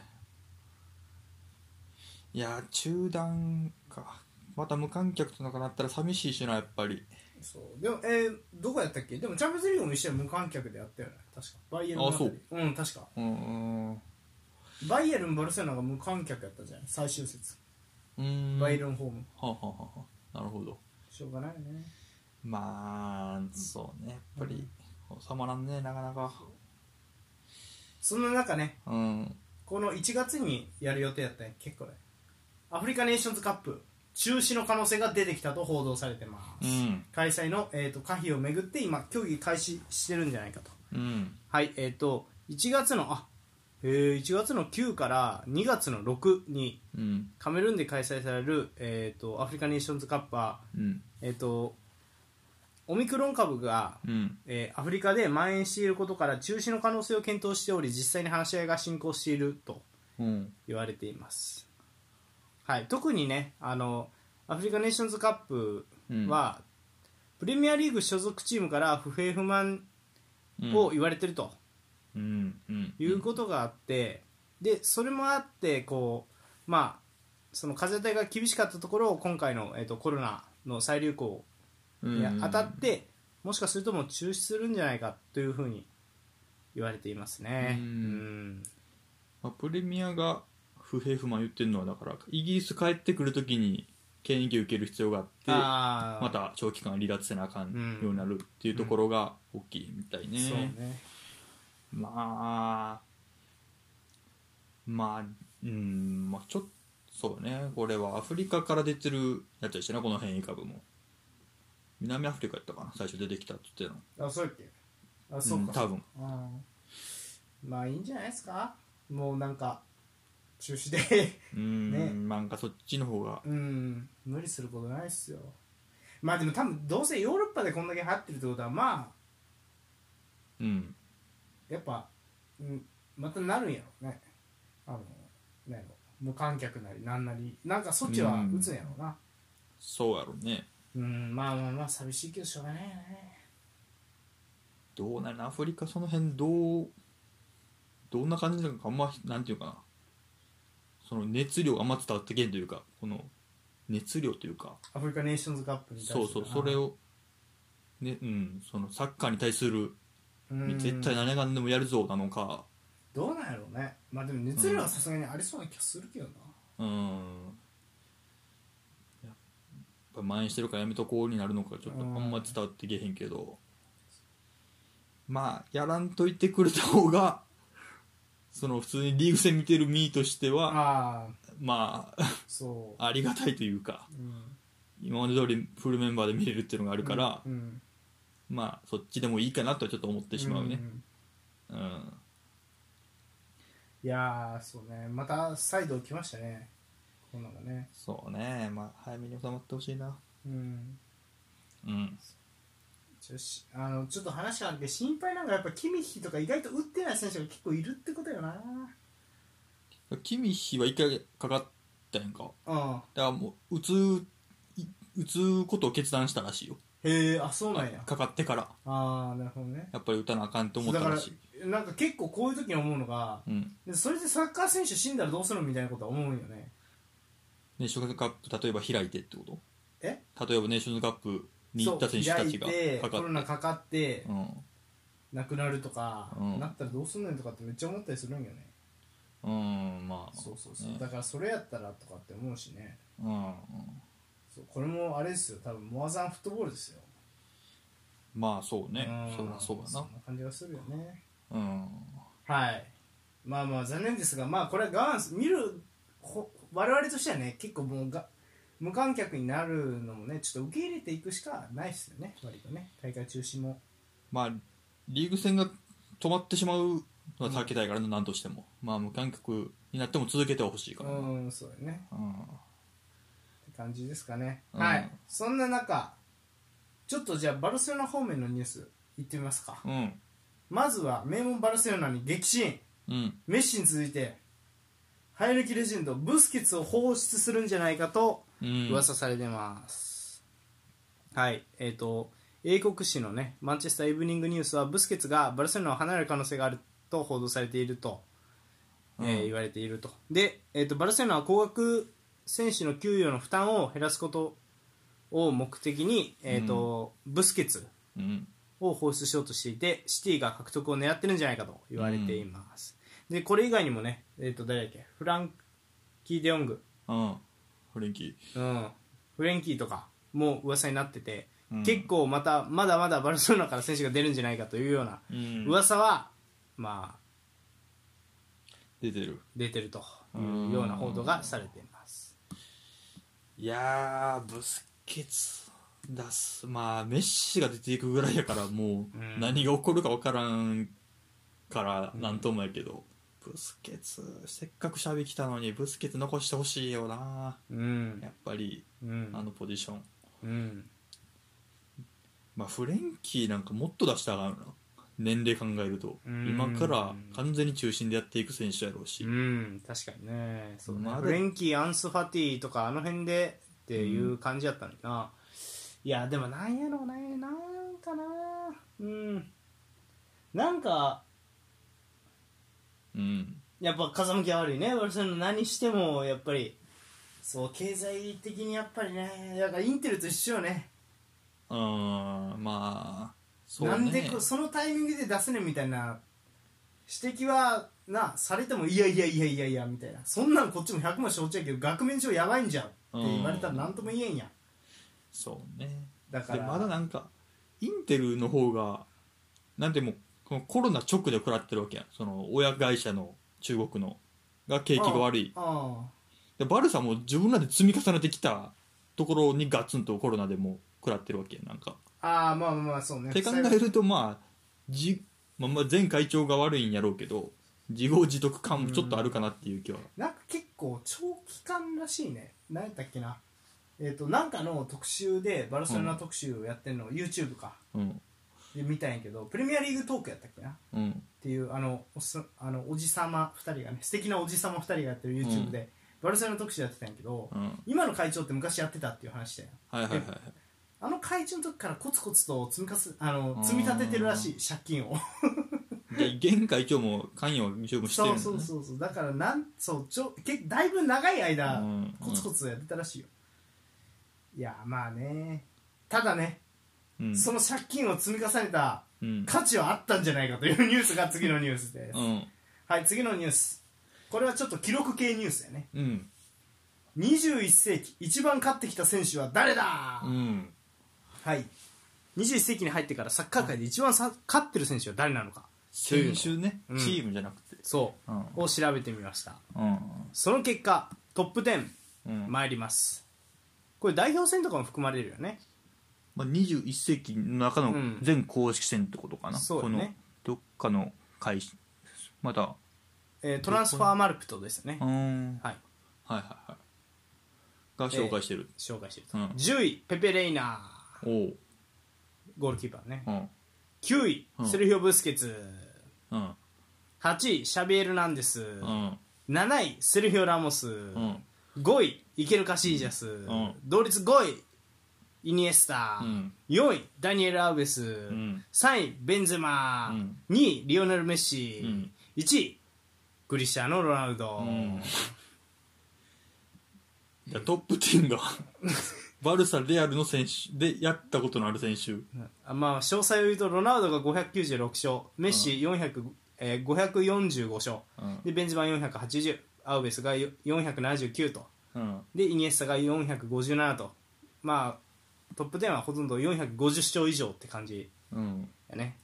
いや中断かまた無観客とかなったら寂しいしなやっぱりそうでもどこやったっけ。でもチャンピオンズリーグも一試合無観客でやったよね確か。バイエルンのあそううん確かうんバイエルンバルセロナが無観客やったじゃん最終節。バイエルンホームはあ、はあはあ、なるほどしょうがないね。 まあそうねやっぱり収まらんねなかなかそんな中ねうんこの1月にやる予定やったんや結構ねアフリカネーションズカップ中止の可能性が出てきたと報道されてます、開催の、可否をめぐって今競技開始してるんじゃないかと、はい1月の1月の9から2月の6にカメルーンで開催される、アフリカネーションズカップは、オミクロン株が、アフリカで蔓延していることから中止の可能性を検討しており実際に話し合いが進行していると言われています、はい、特にねアフリカネーションズカップは、プレミアリーグ所属チームから不平不満を言われていると、いうことがあってでそれもあってこうその風当たりが厳しかったところを今回の、コロナの再流行に当たってもしかするともう中止するんじゃないかというふうに言われていますね。 プレミアが不平不満言ってるのはだからイギリス帰ってくるときに権益を受ける必要があってまた長期間離脱せなあかんようになるっていうところが大きいみたいね。 そうねまあちょっとそうねこれはアフリカから出てるやつでしたねこの変異株も南アフリカやったかな最初出てきたって言ってたの。そうやっけ。そうか、 多分まあいいんじゃないですかもうなんか中止でねなんかそっちの方が無理することないっすよ。まあでも多分どうせヨーロッパでこんだけ流行ってるってことはやっぱ、またなるんやろねなんやろ無観客なりなんなりなんかそっちは打つんやろな。 そうやろね。 まあ寂しいけどしょうがないよね。 どうなるアフリカその辺どんな感じなのかあんまなんていうかなその熱量があんま伝わってけんというかこの熱量というかアフリカネーションズカップに対するそうそれをねそのサッカーに対する絶対何が何でもやるぞなのかどうなんやろうね。まあでも熱量はさすがにありそうな気がするけどな。 やっぱ蔓延してるからやめとこうになるのかちょっとあんま伝わってけへんけどまあやらんといてくれた方がその普通にリーグ戦見てる身としてはありがたいというか、今まで通りフルメンバーで見れるっていうのがあるから、まあそっちでもいいかなとはちょっと思ってしまうね。 いやそうねまた再度来ましたねこんなのがね。 そうねまあ早めに収まってほしいな。 ちょっと話があって心配なのがやっぱキミッヒとか意外と打ってない選手が結構いるってことよな。 キミッヒは1回かかったやんか。だからもう打つことを決断したらしいよ。 へえそうなんや。 かかってからなるほどね。 やっぱり打たなあかんと思ったらしい。 だからなんか結構こういう時に思うのが、それでサッカー選手死んだらどうするのみたいなことは思うんよね。 ネーションズカップ例えば開いてってこと？例えばネーションズカップに行った選手たちがかかってコロナかかって、亡くなるとか、なったらどうすんねんとかってめっちゃ思ったりするんよね。 まあそうだからそれやったらとかって思うしね。そうこれもあれですよ多分モアザンフットボールですよ。 まあそうね、そりゃそうやな。 そんな感じがするよね。 はい。まあまあ残念ですが、まあこれは我慢見る我々としてはね、結構もう無観客になるのもね、ちょっと受け入れていくしかないですよね、割とね、大会中止も。 まあリーグ戦が止まってしまうのは避けたいからね、なんとしても。まあ無観客になっても続けてほしいからな。 そうだね。って感じですかね。 はい。 そんな中、ちょっとじゃあバルセロナ方面のニュースいってみますか。まずは名門バルセロナに激震、メッシに続いて生え抜きレジェンドブスケツを放出するんじゃないかと噂されてます。はい。英国紙のねマンチェスター・イブニング・ニュースはブスケツがバルセロナを離れる可能性があると報道されていると、言われていると。で、バルセロナは高額選手の給与の負担を減らすことを目的に、ブスケツを放出しようとしていて、シティが獲得を狙ってるんじゃないかと言われています。でこれ以外にもね、誰だっけ、フランキー・デヨング、 フレンキーとかも噂になってて、結構まだまだバルセロナから選手が出るんじゃないかというような噂は、まあ出てるというような報道がされています。 いやー、ブスケツ出す、まあメッシが出ていくぐらいやからもう何が起こるか分からんからなんともやけど、ブスケツせっかくシャビ来たのにブスケツ残してほしいよな、やっぱり、あのポジション、まあフレンキーなんかもっと出したらあかんな、年齢考えると今から完全に中心でやっていく選手やろうし、 確かにね、そうね、フレンキー、アンス・ファティとかあの辺でっていう感じやったのにな。いやでもなんやろうね、なんかな、なんか、やっぱ風向きは悪いね、バルセロナ何してもやっぱりそう経済的にやっぱりね、だからインテルと一緒よね。 まあそうね、 なんでそのタイミングで出せねみたいな指摘はされてもいやみたいな、そんなんこっちも100万承知やけど額面上やばいんじゃんって言われたら何とも言えんやん。 そうね、 だからでまだなんかインテルの方がなんてもうこのコロナ直で食らってるわけやん、その親会社の中国のが景気が悪い。でバルサも自分らで積み重ねてきたところにガツンとコロナでも食らってるわけやん、なんかまあそうねって考えるとまあ前会長が悪いんやろうけど自業自得感もちょっとあるかなっていう気は、 なんか結構長期間らしいね。何やったっけな、なんかの特集でバルセロナ特集をやってるのを YouTube か、で見たんやけど、プレミアリーグトークやったっけな、っていうおじさま2人がね、素敵なおじさま2人がやってる YouTube で、バルセロナ特集やってたんやけど、今の会長って昔やってたっていう話だよ。あの会長の時からコツコツと積み立ててるらしい、借金をで現会長も関与は十分してるんだね。 そうだからだいぶ長い間コツコツやってたらしいよ。いやまあね、ただね、その借金を積み重ねた価値はあったんじゃないかというニュースが次のニュースです、はい、次のニュース、これはちょっと記録系ニュースやね、21世紀一番勝ってきた選手は誰だ、はい、21世紀に入ってからサッカー界で一番勝ってる選手は誰なのか、 選手ね、チームじゃなくてを調べてみました、その結果トップ10、参ります。これ代表戦とかも含まれるよね、 21世紀の中の全公式戦ってことかな、 そうね、 このどっかの会社また、 トランスファーマルプトですね、 はいが紹介してる、 10位ペペレイナー、ゴールキーパーね、9位セルヒオ・ブスケツ、8位シャビエル・ナンデス、7位セルヒオ・ラモス、5位イケル・カシージャス、同率5位イニエスタ、4位ダニエル・アウベス、3位ベンゼマ、2位リオネル・メッシ、1位クリスチャーノ・ロナウド、 トップ10がバルサ・レアルの選手でやったことのある選手、 詳細を言うとロナウドが596勝、メッシ545勝、でベンゼマ480、アウベスが479と、でイニエスタが457と、トップ10はほとんど450勝以上って感じやね。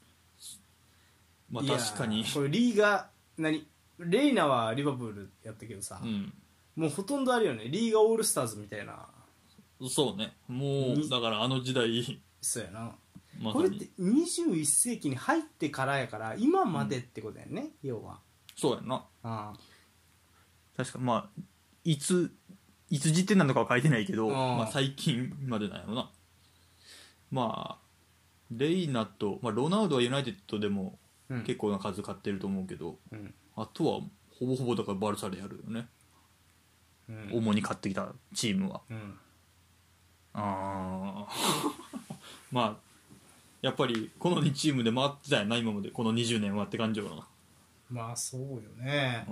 まあ確かにこれリーガレイナはリバプールやったけどさ、もうほとんどあるよね、リーガオールスターズみたいな。 そうね、もうだからあの時代そうやな、 ま、 これって21世紀に入ってからやから今までってことやね、要は。 そうやな。 あ確かまあいつ時点なのかは書いてないけど、まあ、最近までなんやろな。まあレイナと、まあ、ロナウドはユナイテッドでも結構な数買ってると思うけど、あとはほぼほぼだからバルサでやるよね、主に買ってきたチームは。まあやっぱりこの2チームで回ってたやな今まで、この20年はって感じよな。 まあそうよね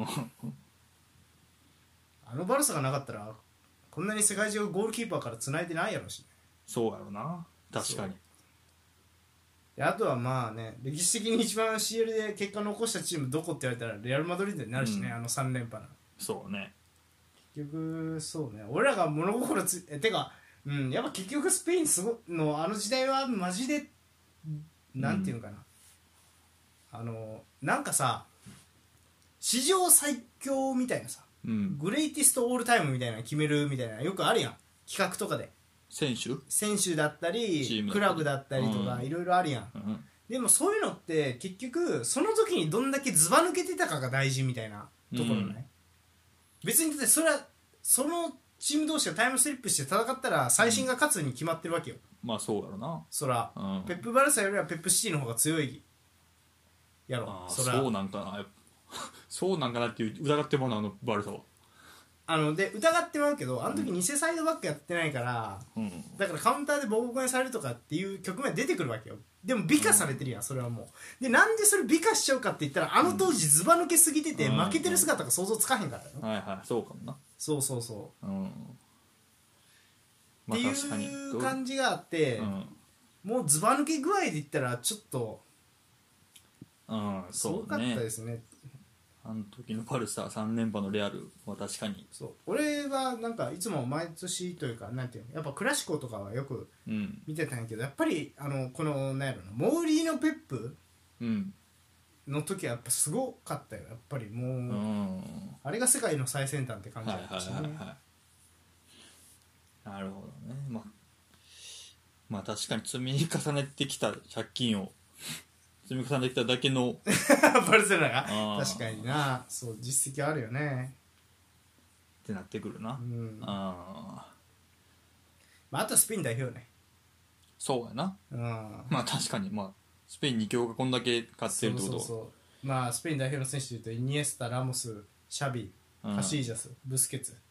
あのバルサがなかったらこんなに世界中ゴールキーパーから繋いでないやろし、ね、 そうやろな、確かに。 あとはまあね、歴史的に一番 CL で結果残したチームどこって言われたらレアル・マドリードになるしね、あの3連覇な。 そうね、 結局そうね、俺らが物心てか、やっぱ結局スペインのあの時代はマジでなんていうのかな、なんかさ史上最強みたいなさ、グレイティストオールタイムみたいなの決めるみたいなよくあるやん、企画とかで。選手だったりクラブだったりとかいろいろあるやん、でもそういうのって結局その時にどんだけずば抜けてたかが大事みたいなところね、別にそれはそのチーム同士がタイムスリップして戦ったら最新が勝つに決まってるわけよ、 まあそうやろな。 そら、ペップバルサよりはペップシティの方が強いやろ。 そうなんかなそうなんかなっていう疑ってもらうのバルサはで疑ってまうけど、あの時偽サイドバックやってないから、だからカウンターでボコボコにされるとかっていう局面出てくるわけよ。でも美化されてるやん、それはもう。でなんでそれ美化しちゃうかって言ったら、あの当時ずば抜けすぎてて負けてる姿が想像つかへんからよ、 はいはい、そうかもな。 そうそうそう、 まあ、 っていう感じがあって、もうずば抜け具合で言ったらちょっとすごかったですね。 あの時のバルサ3連覇のレアルは確かに。 そう、俺はなんかいつも毎年というかなんていうの、やっぱクラシコとかはよく見てたんやけど、やっぱりこのなんやろな、モーリーノ・ペップの時はやっぱすごかったよ、やっぱりもう、あれが世界の最先端って感じだったしね。 なるほどね。まあ確かに積み重ねてきた借金を積み重ねてきただけのバルセロナが確かにな、そう実績あるよねってなってくるな。 まあ、あとはスペイン代表ね。 そうやな。まあ確かに、まあスペイン2強がこんだけ勝ってるってことは、 そうまあスペイン代表の選手でいうとイニエスタ、ラモス、シャビ、カシージャス、ブスケツ、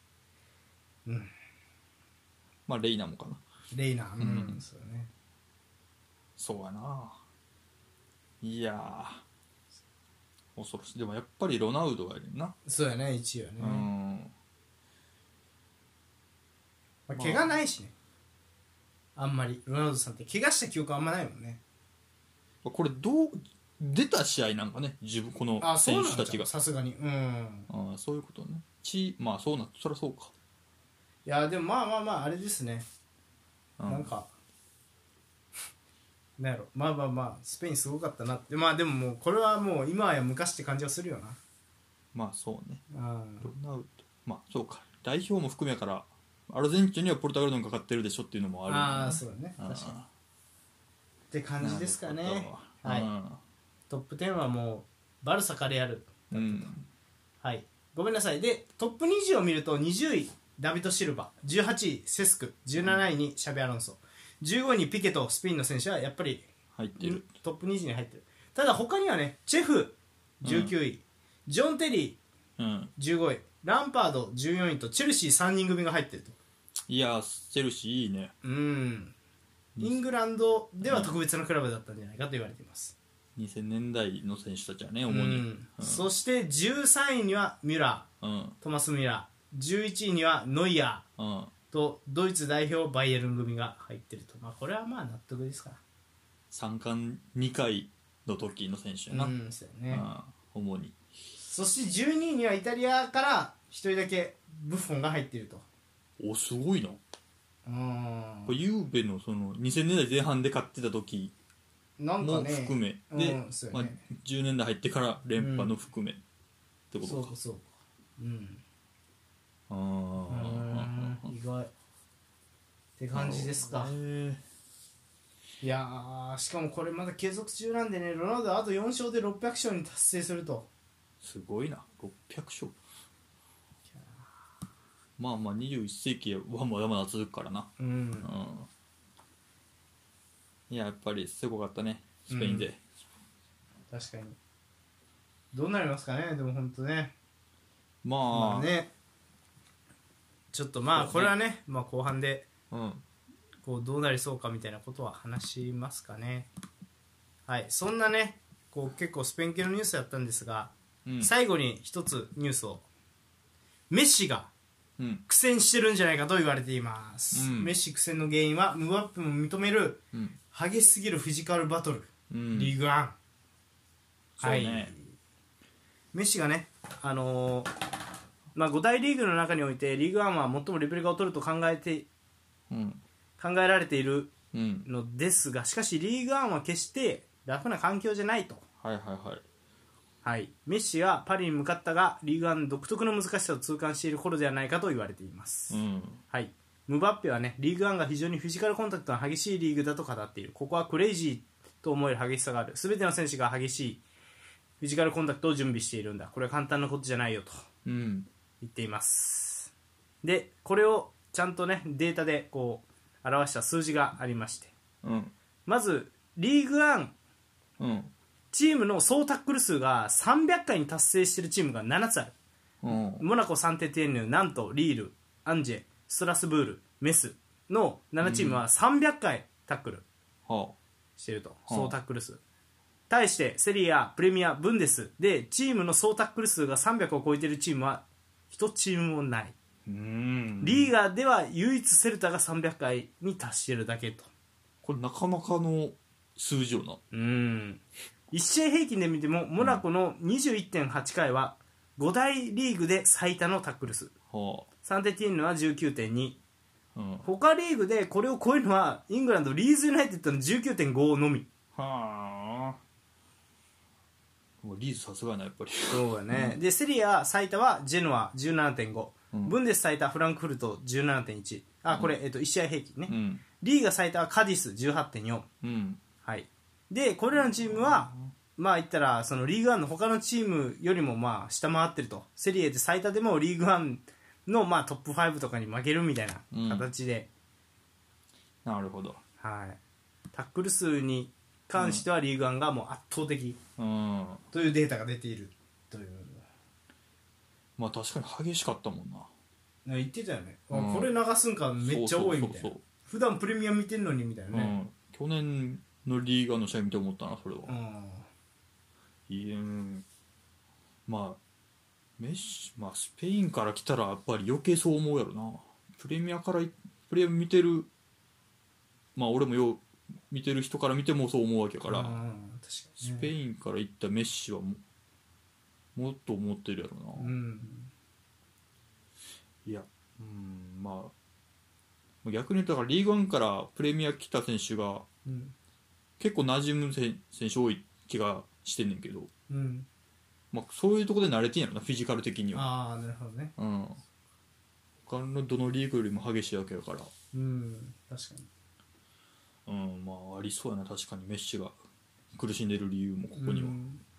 まあレイナもかな。 レイナ、そうね。 そうやな。いやー恐ろしい。でもやっぱりロナウドがいるな。 そうやね、1位はね。まあ、怪我ないしね、あんまりロナウドさんって怪我した記憶あんまないもんね。 これどう出た試合なんかね、この選手たちが。 さすがにそういうことね。まあそうな、そりゃそうか。 いやでもまああれですね、なんかなんやろ、まあスペインすごかったなって。まあでももうこれはもう今や昔って感じはするよな。 まあそうね。ロナウド、まあそうか、代表も含めやからアルゼンチンにはポルトガルのかかってるでしょっていうのもある、 ね、そうだね、確かにって感じですかね。はい、トップ10はもうバルサかレアルだったと、はい、ごめんなさい。でトップ20を見ると20位ダビド・シルバ、18位セスク、17位にシャビ・アロンソ、15位にピケとスペインの選手はやっぱり入ってる、 トップ20に入ってる。ただ他にはね、チェフ19位、ジョン・テリー15位、ランパード14位とチェルシー3人組が入ってると。 いやチェルシーいいね。 イングランドでは特別なクラブだったんじゃないかと言われています。 2000年代の選手たちはね、主に。 そして13位にはミュラー、トマス・ミュラー、11位にはノイヤーとドイツ代表バイエルン組が入ってると。まあこれはまあ納得ですから。 3冠2回の時の選手やな。 そうやね、 主に。 そして12位にはイタリアから1人だけブッフォンが入っていると。 お、すごいな。これユーベのその2000年代前半で勝ってた時なんかねも含めで、まあ、10年代入ってから連覇の含め、ってことか。 そうああ、 意外って感じですか。いやー、しかもこれまだ継続中なんでね、ロナウドあと4勝で600勝に達成すると。 すごいな、600勝。まあまあ21世紀はまだまだ続くからな。いや、やっぱりすごかったね、スペインで。 確かに。どうなりますかね、でも本当ね。 まあね、ちょっとまあこれはね、まあ後半でこうどうなりそうかみたいなことは話しますかね。はい、そんなね、こう結構スペイン系のニュースやったんですが、最後に一つニュースを、メッシが苦戦してるんじゃないかと言われています。メッシ苦戦の原因はムバッペも認める激しすぎるフィジカルバトル、リーグワン。はい、メッシがね、まあ、5大リーグの中においてリーグワンは最もレベルが劣ると考えられているのですが、しかしリーグワンは決して楽な環境じゃないと。はい、メッシはパリに向かったがリーグワン独特の難しさを痛感している頃ではないかと言われています。はい、ムバッペはね、リーグワンが非常にフィジカルコンタクトの激しいリーグだと語っている。ここはクレイジーと思える激しさがある。全ての選手が激しいフィジカルコンタクトを準備しているんだ。これは簡単なことじゃないよと言っています。で、これをちゃんとねデータでこう表した数字がありまして、まずリーグワン、チームの総タックル数が300回に達成しているチームが7つある。モナコ、サンテティエンヌ、ナント、リール、アンジェ、ストラスブール、メスの7チームは300回タックルしていると、総タックル数。対してセリア、プレミア、ブンデスでチームの総タックル数が300を超えているチームは1チームもない。リーガーでは唯一セルタが300回に達しているだけと。 これなかなかの数字よな。 1試合平均で見てもモナコの 21.8 回は5大リーグで最多のタックル数、サンテティエンヌは 19.2、他リーグでこれを超えるのはイングランドリーズユナイテッドの 19.5 のみ。 リーズさすがな、やっぱり。 そうだね。でセリア最多はジェノア 17.5、ブンデス最多フランクフルト 17.1、これ、1試合平均ね、リーガ最多はカディス 18.4、はい。でこれらのチームはまあ言ったらそのリーグワンの他のチームよりもまあ下回ってると。セリエで最多でもリーグワンのまあトップ5とかに負けるみたいな形で、 なるほど。 はい、タックル数に関してはリーグワンがもう圧倒的というデータが出ているという。 まあ確かに激しかったもんな。 言ってたよね、これ流すんかめっちゃ多いみたいな。普段プレミア見てんのにみたいなね、 去年のリーガーの試合見て思ったな、それは。まあメッシ、まあスペインから来たらやっぱり余計そう思うやろな。プレミア見てる、まあ俺も見てる人から見てもそう思うわけから、確かにね、スペインから行ったメッシはもっと思ってるやろな。いや、まあ逆に言ったらリーグワンからプレミア来た選手が、結構馴染む選手多い気がしてんねんけど、まあ、そういうところで慣れてんやろな、フィジカル的には。 なるほどね。 他のどのリーグよりも激しいわけやから。確かに。 まあありそうやな、確かにメッシが苦しんでる理由もここには。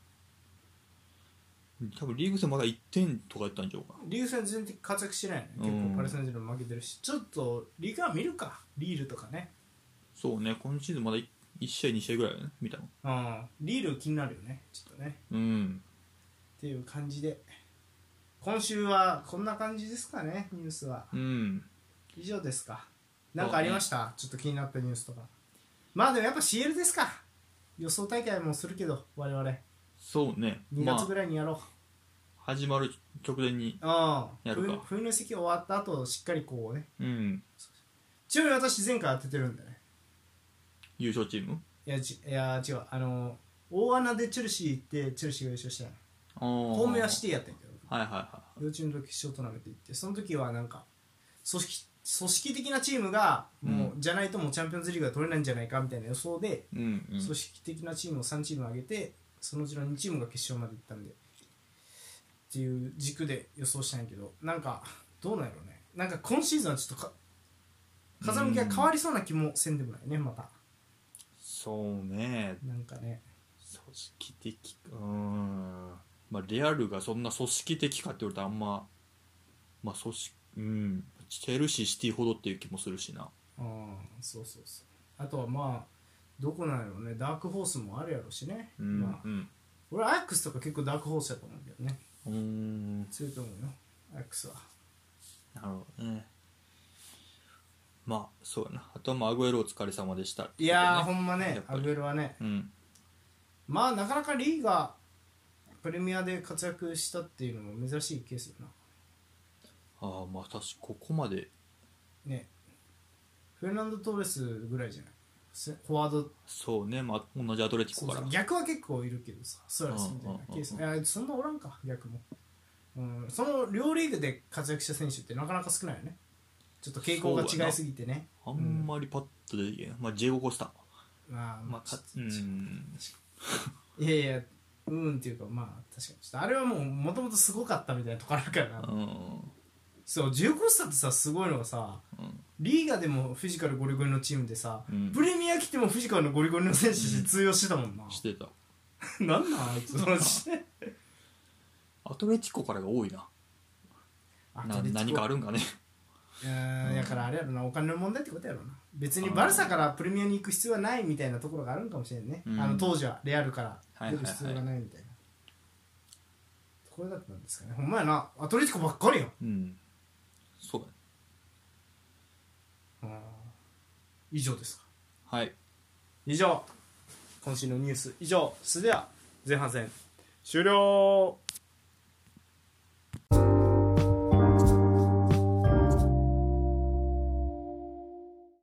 多分リーグ戦まだ1点とかやったんちゃうかな。 リーグ戦全然活躍してないよね。結構パリ・サンジェルマン負けてるし、ちょっとリーグは見るか、リールとかね。 そうね、今シーズンまだ1試合2試合ぐらいやね、見たの。リール気になるよね、ちょっとね。っていう感じで、今週はこんな感じですかね、ニュースは。以上ですか。何かありました？ちょっと気になったニュースとか。まあでもやっぱ CL ですか。予想大会もするけど我々。 そうね。 2月ぐらいにやろう。 始まる直前にやるか。 冬の席終わった後しっかりこうね。ちなみに私前回当ててるんだね。 優勝チーム？ いや違う、大穴でチェルシー行ってチェルシーが優勝したの。ホームはシティやったんやけど、幼稚園の時決勝トーナメント行って、その時はなんか組組織的なチームがもう、じゃないともうチャンピオンズリーグが取れないんじゃないかみたいな予想で、組織的なチームを3チーム上げてそのうちの2チームが決勝まで行ったんでっていう軸で予想したんやけど、なんかどうなんやろうね。なんか今シーズンはちょっと風向きが変わりそうな気もせんでもないね。またそうね、 なんかね組織的まあレアルがそんな組織的かって言われたらあんままあ組織チェルシーシティほどっていう気もするしな。 そうそうそう。あとはまあどこなんやろうね、ダークホースもあるやろうしね、まあ俺アヤックスとか結構ダークホースやと思うけどね。強いと思うよアヤックスは。 なるほどね。まあそうやな。あとはまあアグエロお疲れ様でした、ね、 いやーほんまねアグエロはね、まあなかなかリーがプレミアで活躍したっていうのも珍しいケースだな。 まあ確かここまでね、フェルナンド・トーレスぐらいじゃないフォワード。 そうね、まあ同じアトレティコから。 そうそう逆は結構いるけどさ、スアレスみたいなケース、いやそんなおらんか逆も、その両リーグで活躍した選手ってなかなか少ないよね。ちょっと傾向が違いすぎてね。 あんまりパッと出てけん、まあジェイゴ・コスタいやいやっていうかまあ確かにちょっとあれはもともとすごかったみたいなところあるからな。そうジェイゴ・コスタってさすごいのがさ、リーガでもフィジカルゴリゴリのチームでさ、プレミア来てもフィジカルのゴリゴリの選手で通用してたもんな。 してたなんなんあいつマジでアトレティコからが多いな。何かあるんかね。 だからあれやろな、お金の問題ってことやろな。別にバルサからプレミアに行く必要はないみたいなところがあるんかもしれんね、当時はレアルから出る必要がないみたいなところだったんですかね。ほんまやな、アトレティコばっかりやん。 そうだね。以上ですか。 はい、 以上今週のニュース以上。それでは前半戦終了。